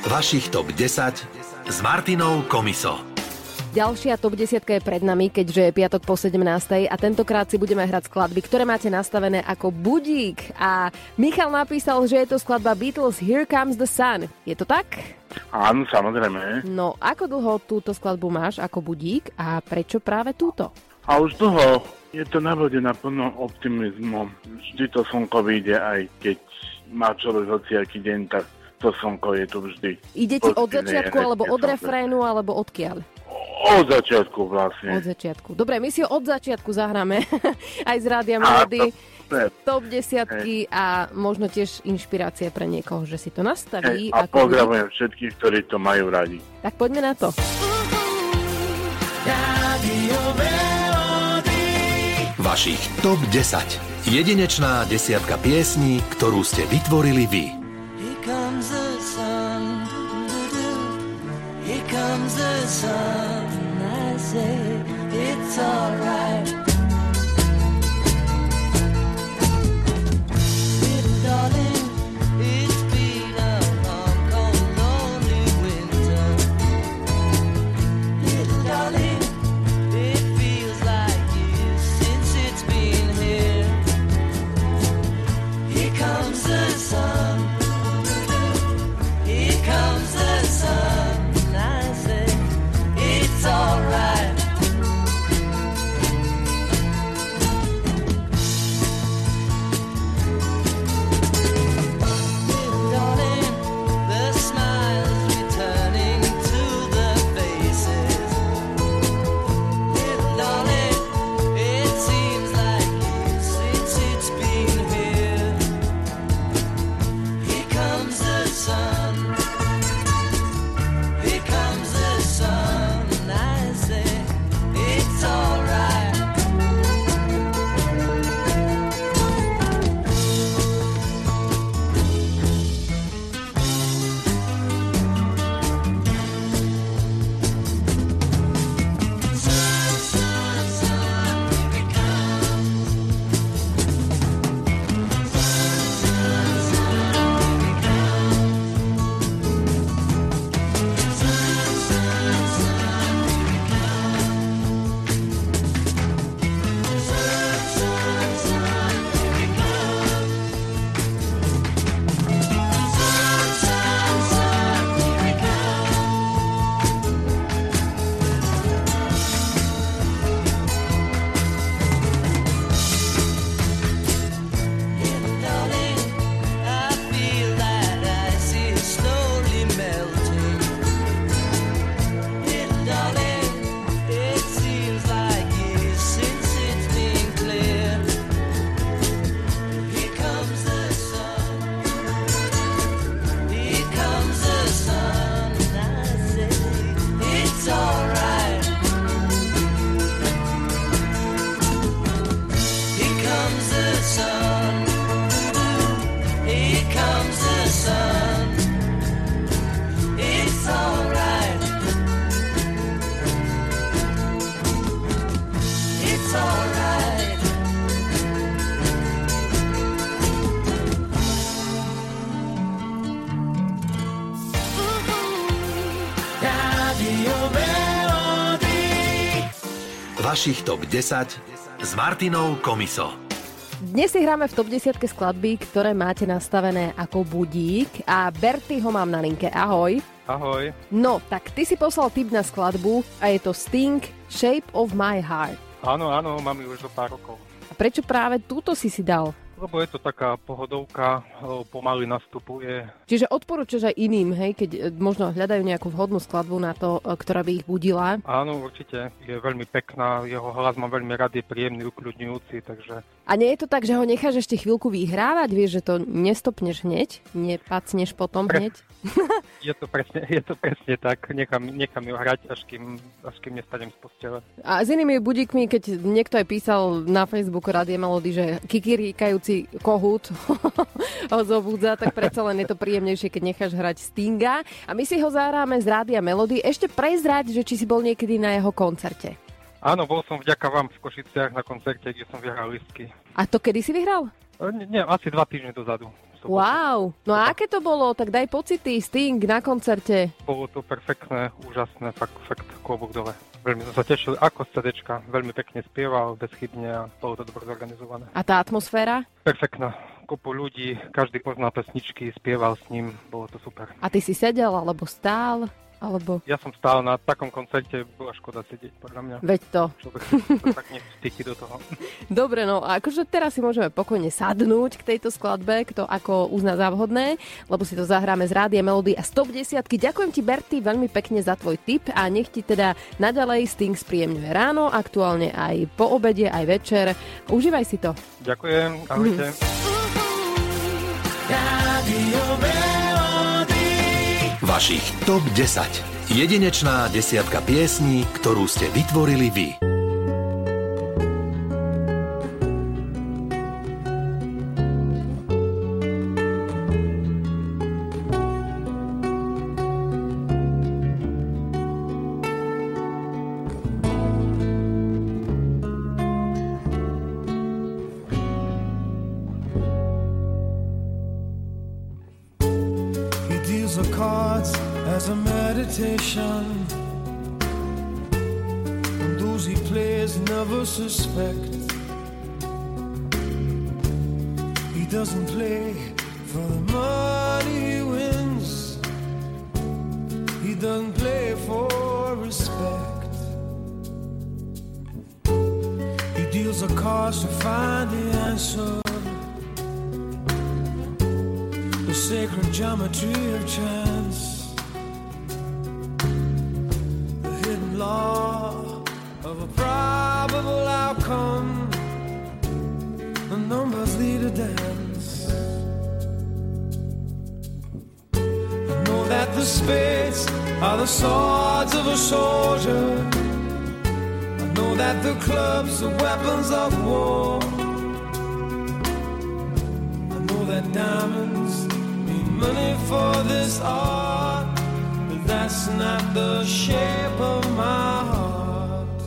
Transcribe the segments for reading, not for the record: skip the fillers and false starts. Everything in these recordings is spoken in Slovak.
Vašich TOP 10 s Martinou Komiso. Ďalšia TOP 10 je pred nami, keďže je piatok po 17. a tentokrát si budeme hrať skladby, ktoré máte nastavené ako budík. A Michal napísal, že je to skladba Beatles Here Comes the Sun. Je to tak? Áno, samozrejme. No, ako dlho túto skladbu máš ako budík a prečo práve túto? A už dlho. Je to na vode naplno optimizmu. Vždy to slnko vyjde, aj keď má človek hociaký deň, tak to slnko je tu vždy. Ide ti od začiatku, alebo od refrénu, alebo odkiaľ? Od začiatku vlastne. Od začiatku. Dobre, my si ho od začiatku zahráme. Aj z Rádia Melody. TOP 10 a možno tiež inšpirácia pre niekoho, že si to nastaví. A pozdravujem všetkých, ktorí to majú radi. Tak poďme na to. Vašich TOP 10. Jedinečná desiatka piesní, ktorú ste vytvorili vy. Here comes the sun, here comes the sun, I say it's alright. Little darling, it's been a long, cold, lonely winter. Little darling, it feels like years since it's been here. Here comes the sun. Here comes the sun, I say it's alright. Little darling, the smile's returning to the faces. Little darling, it seems like years since it's been here. Here comes the sun. Here comes the sun, and I say it's alright. Sun, sun, sun, here it comes. Sun, sun, sun, here it comes. Sun, sun, sun, here it comes. Sun, sun, sun, here it comes. Sun, sun, sun, here it comes. Little darling, I feel that ice is slowly melting. Little darling, it seems like years since it's been clear. Here comes the sun. Here comes the sun, and I say it's alright. Here comes the sun. Here comes the sun. It's alright. It's alright. Radio Melody. Vašich TOP 10 s Martinou Komiso. Dnes si hráme v TOP 10 skladby, ktoré máte nastavené ako budík a Bertyho mám na linke. Ahoj. Ahoj. No, tak ty si poslal tip na skladbu a je to Sting Shape of My Heart. Áno, mám ju už do pár rokov. A prečo práve túto si dal? Lebo je to taká pohodovka, pomaly nastupuje. Čiže odporúčaš aj iným, hej, keď možno hľadajú nejakú vhodnú skladbu na to, ktorá by ich budila? Áno, určite. Je veľmi pekná, jeho hlas mám veľmi rád, je príjemný, ukľudňujúci, takže... A nie je to tak, že ho necháš ešte chvíľku vyhrávať? Vieš, že to nestopneš hneď? Nepacneš potom hneď? Je to presne tak. Nechám ju hrať, až kým nestanem z postele. A s inými budíkmi, keď niekto aj písal na Facebooku Rádia Melody, že kikiríkajúci kohút ho zobudza, tak predsa len je to príjemnejšie, keď necháš hrať Stinga. A my si ho zahráme z Rádia Melody. Ešte prezrať, že či si bol niekedy na jeho koncerte. Áno, bol som vďaka vám v Košiciach na koncerte, kde som vyhral lístky. A to kedy si vyhral? Nie, asi 2 týždne dozadu Wow, no a aké to bolo? Tak daj pocity, Sting na koncerte. Bolo to perfektné, úžasné, fakt klobúk dole. Veľmi som sa tešil, ako z CDčka, veľmi pekne spieval, bezchybne a bolo to dobre zorganizované. A tá atmosféra? Perfektná, kopu ľudí, každý poznal pesničky, spieval s ním, bolo to super. A ty si sedel alebo stál? Alebo... Ja som stál na takom koncerte, bola škoda sedieť, podľa mňa. Veď to. Človek sa tak nevstíti do toho. Dobre, no a akože teraz si môžeme pokojne sadnúť k tejto skladbe, kto ako uzná za vhodné, lebo si to zahráme z Rádia Melody a z Top 10. Ďakujem ti, Berty, veľmi pekne za tvoj tip a nech ti teda naďalej Sting spríjemňuje ráno, aktuálne aj po obede, aj večer. Užívaj si to. Ďakujem, ahojte. Vašich TOP 10. Jedinečná desiatka piesní, ktorú ste vytvorili vy. As a meditation, and those he plays never suspect. He doesn't play for the money he wins. He doesn't play for respect. He deals the cards to find the answer, the sacred geometry of chance. Law of a probable outcome. The numbers lead a dance. I know that the spades are the swords of a soldier. I know that the clubs are weapons of war. I know that diamonds mean money for this art. That's not the shape of my heart.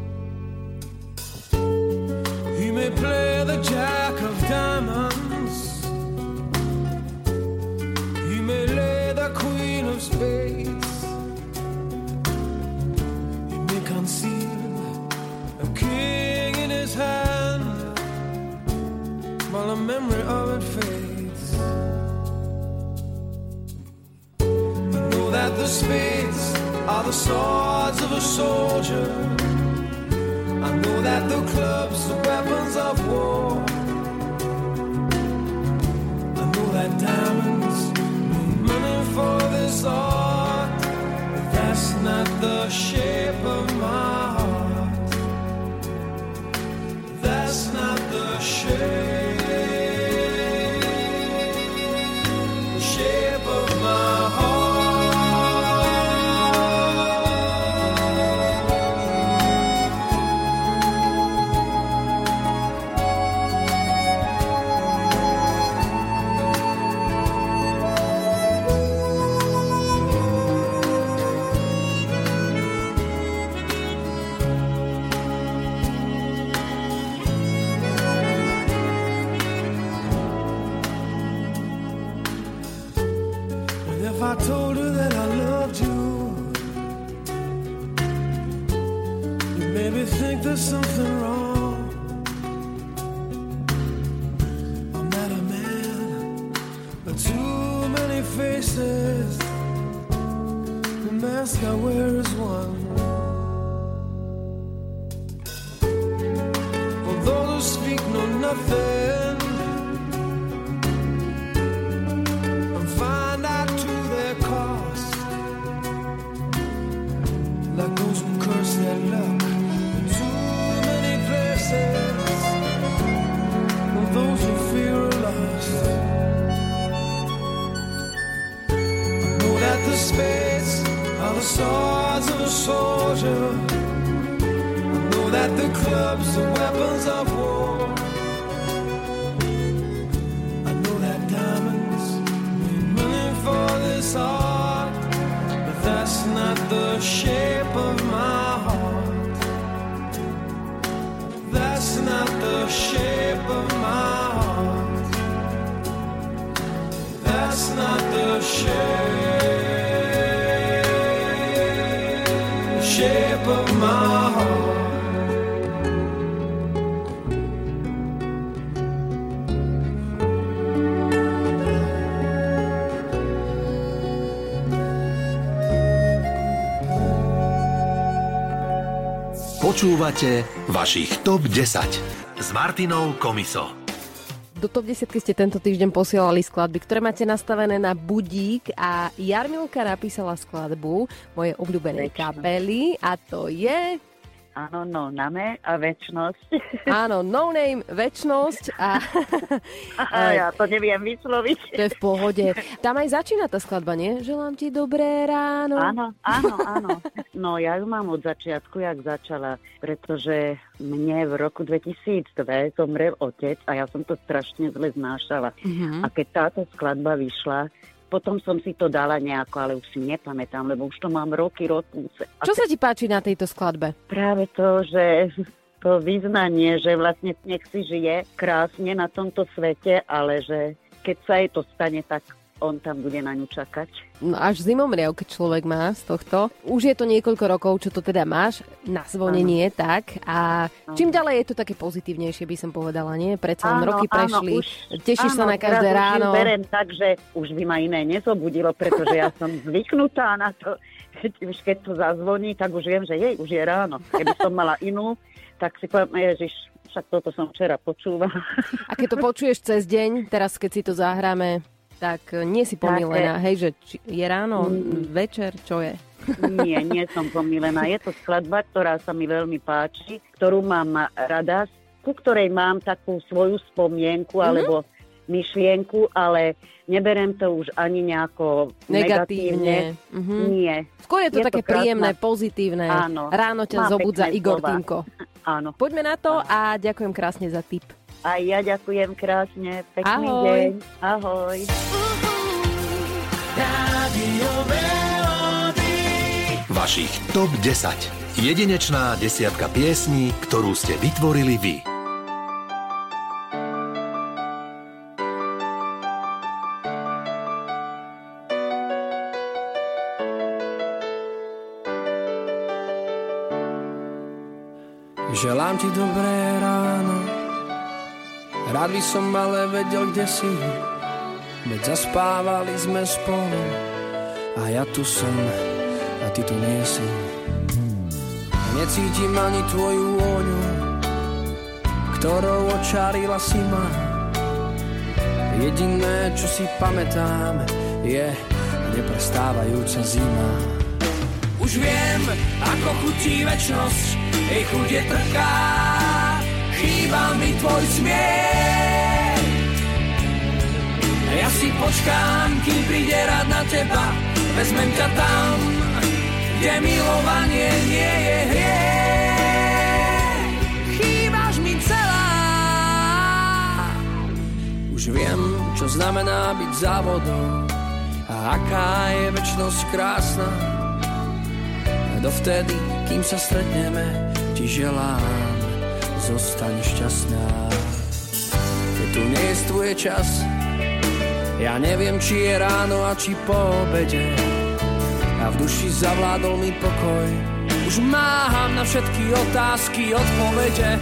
He may play the jack of diamonds. He may lay the queen of spades. He may conceal a king in his hand while the memory of it fades. That the spades are the swords of a soldier. I know that the clubs are weapons of war. I know that diamonds mean money for this art, but that's not the shape of my heart. That's not the shape of my heart. If I told her that I loved you, you made me think there's something wrong. I'm not a man, but too many faces. The mask I wear is one. For those who speak know nothing, like those who curse their luck in too many places, or those who fear are lost. I know that the spades are the swords of a soldier. I know that the clubs are weapons of war. I know that diamonds mean money for this art, but that's not the shape of my heart. That's not the shape of my heart. not the shape of my heart. Počúvate vašich TOP 10 s Martinou Komiso. Do TOP 10 ste tento týždeň posielali skladby, ktoré máte nastavené na budík a Jarmilka napísala skladbu mojej obľúbenej kapely a to je... Áno, No Name a Večnosť. Áno, No Name, Večnosť a... Ja to neviem vysloviť. To je v pohode. Tam aj začína tá skladba, nie? Želám ti dobré ráno. Áno. No ja ju mám od začiatku, jak začala, pretože mne v roku 2002 zomrel otec a ja som to strašne zle znášala. A keď táto skladba vyšla, potom som si to dala nejako, ale už si nepamätám, lebo už to mám roky. Čo sa ti páči na tejto skladbe? Práve to, že to vyznanie, že vlastne nech si žije krásne na tomto svete, ale že keď sa jej to stane, tak on tam bude na ňu čakať. No až zimomriav, keď človek má z tohto. Už je to niekoľko rokov, čo to teda máš na zvonenie, tak. A čím ďalej je to také pozitívnejšie, by som povedala, nie? Predsa roky prešli. Tešíš sa na každé ráno. Už berem tak, že už by ma iné nezobudilo, pretože ja som zvyknutá na to. Už keď to zazvoní, tak už viem, že už je ráno. Keby som mala inú, tak si poviem, Ježiš, však toto som včera počúvala. A keď to počuješ cez deň, teraz keď si to zahráme, tak nie si pomílená, hej, že je ráno, večer, čo je? Nie som pomílená. Je to skladba, ktorá sa mi veľmi páči, ktorú mám rada, ku ktorej mám takú svoju spomienku alebo myšlienku, ale neberem to už ani nejako negatívne. Nie. Skôr je to také príjemné, pozitívne. Áno. Ráno ťa zobudza Igor Týmko. Áno. Poďme na to a ďakujem krásne za tip. A ja ďakujem krásne. Pekný Ahoj. deň. Ahoj. Vašich TOP 10. Jedinečná desiatka piesní, ktorú ste vytvorili vy. Želám ti dobré ráno. Rád by som ale vedel, kde si. Veď zaspávali sme spolu a ja tu som a ty tu nie si. Necítim ani tvoju vôňu, ktorou očarila si ma. Jediné, čo si pamätám, je neprestávajúca zima. Už viem, ako chutí večnosť, jej chuť je trpká, chýba mi tvoj smiech. Ja si počkám, kým príde rád na teba, vezmem ťa tam, kde milovanie nie je hriech. Chýbaš mi celá. Už viem, čo znamená byť závodou a aká je večnosť krásna. A dovtedy, kým sa stretneme, ti želám, zostaň šťastná. Keď tu nie je tvoj čas, ja neviem, či je ráno a či po obede, a v duši zavládol mi pokoj. Už máham na všetky otázky odpovede.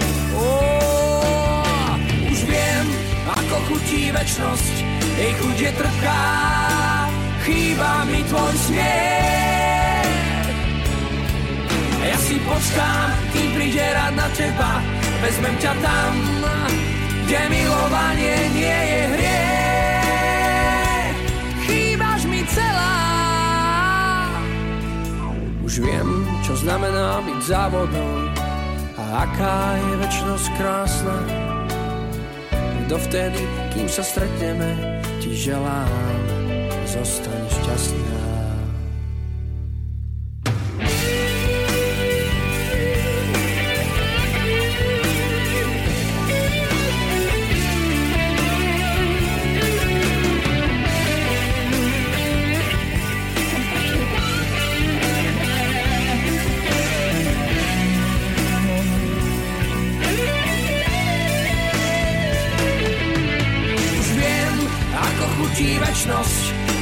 Už viem, ako chutí večnosť, jej chuť je trpká, chýba mi tvoj smiech. Ja si počkám, kým príde rád na teba, vezmem ťa tam, kde milovanie nie je hriech. Chýbaš mi celá. Už viem, čo znamená byť závodou a aká je večnosť krásna. Dovtedy, kým sa stretneme, ti želám, zostaň šťastná. Večnosť,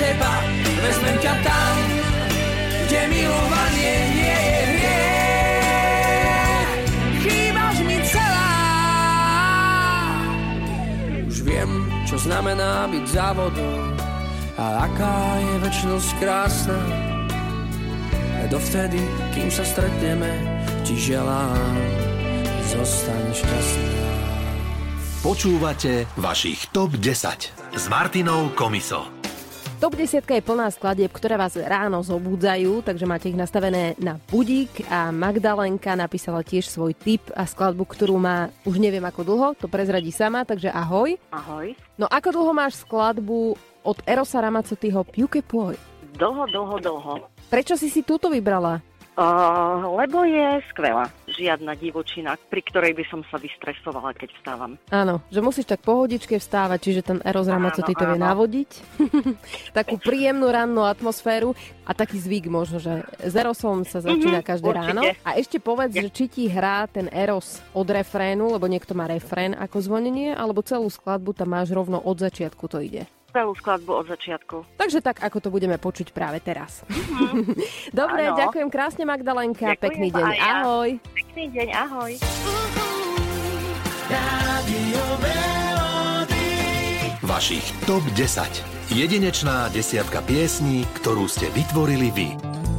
teba, vezmem ťa tam, kde milovanie nie je hriech. Chýbaš mi celá. Už viem, čo znamená byť závodou a aká je večnosť krásna. Dovtedy, kým sa stretneme, ti želám, zostaň šťastná. Počúvate vašich TOP 10 s Martinou Komiso. Top 10 je plná skladieb, ktoré vás ráno zobúdzajú, takže máte ich nastavené na budík a Magdalenka napísala tiež svoj tip a skladbu, ktorú má už neviem ako dlho, to prezradí sama, takže ahoj. Ahoj. No ako dlho máš skladbu od Erosa Ramazzotthiho Più che puoi? Dlho. Prečo si túto vybrala? Lebo je skvelá. Žiadna divočina, pri ktorej by som sa vystresovala, keď vstávam. Áno, že musíš tak pohodičke vstávať, čiže ten Eros Ramazzotti to vie navodiť. Takú príjemnú rannú atmosféru a taký zvyk možno, že s Erosom sa začína každé ráno. A ešte povedz, že či ti hrá ten Eros od refrénu, lebo niekto má refrén ako zvonenie, alebo celú skladbu tam máš rovno od začiatku to ide. Celú skladbu od začiatku. Takže tak, ako to budeme počuť práve teraz. Dobre, áno. Ďakujem krásne, Magdalenka. Ďakujem, pekný deň. Ja. Ahoj. Pekný deň, ahoj. Vašich TOP 10. Jedinečná desiatka piesní, ktorú ste vytvorili vy.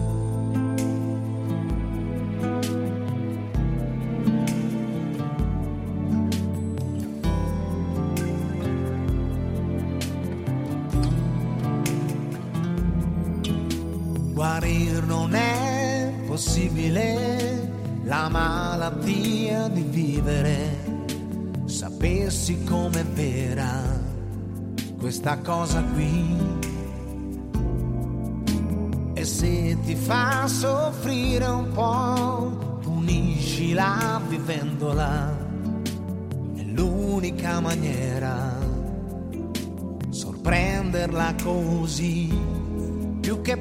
Guarir non è possibile, la malattia di vivere, sapessi com'è vera questa cosa qui. E se ti fa soffrire un po', puniscila vivendola, è l'unica maniera, sorprenderla così. Più che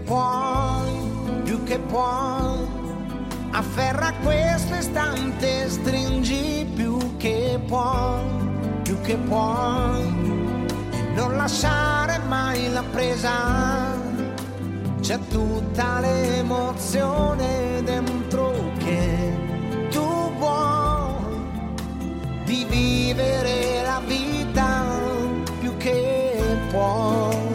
puoi, afferra questo istante, stringi più che puoi, e non lasciare mai la presa, c'è tutta l'emozione dentro che tu vuoi, di vivere la vita più che puoi.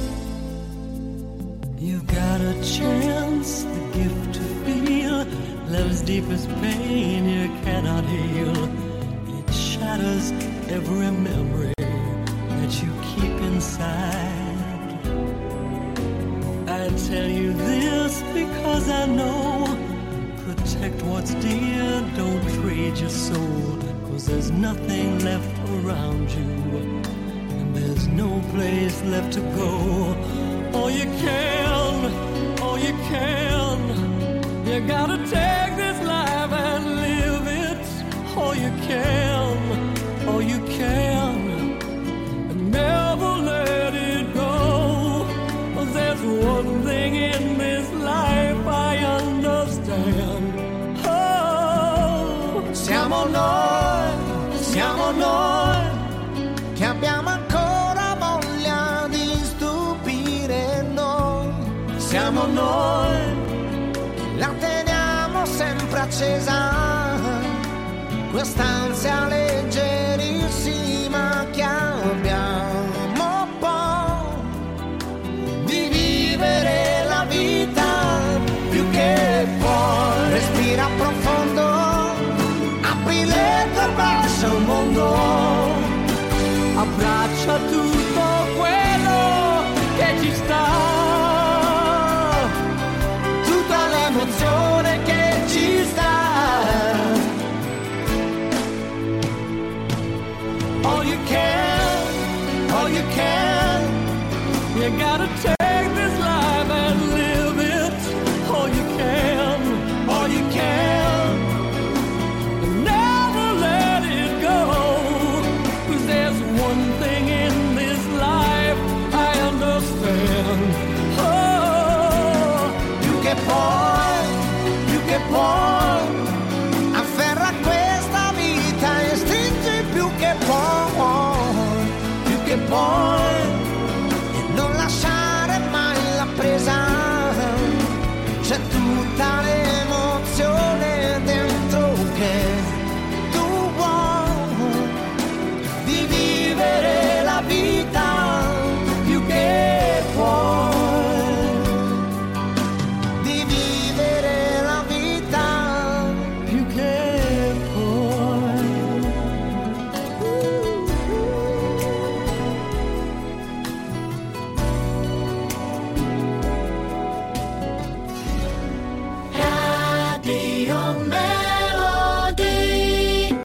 Got a chance, the gift to feel love's deepest pain you cannot heal. It shatters every memory that you keep inside. I tell you this because I know, protect what's dear, don't trade your soul, 'cause there's nothing left around you, and there's no place left to go. All you can, you gotta take this life and live it. All you can, and never let it go. There's one thing in this life I understand. Oh, siamo noi, che abbiamo ancora voglia di stupire noi. Siamo noi, la teniamo sempre accesa, quest'ansia leggerissima che abbiamo poi, di vivere la vita più che puoi. Respira profondo, apri le tue braccia al mondo, abbraccia tutto quello che ci sta, tutta l'emozione che ci sta. All you can, you gotta take this life and live it. All you can, never let it go. 'Cause there's one thing in this life I understand. Oh, più che puoi, afferra questa vita e stringi più che puoi, e non lasciare brutale emozione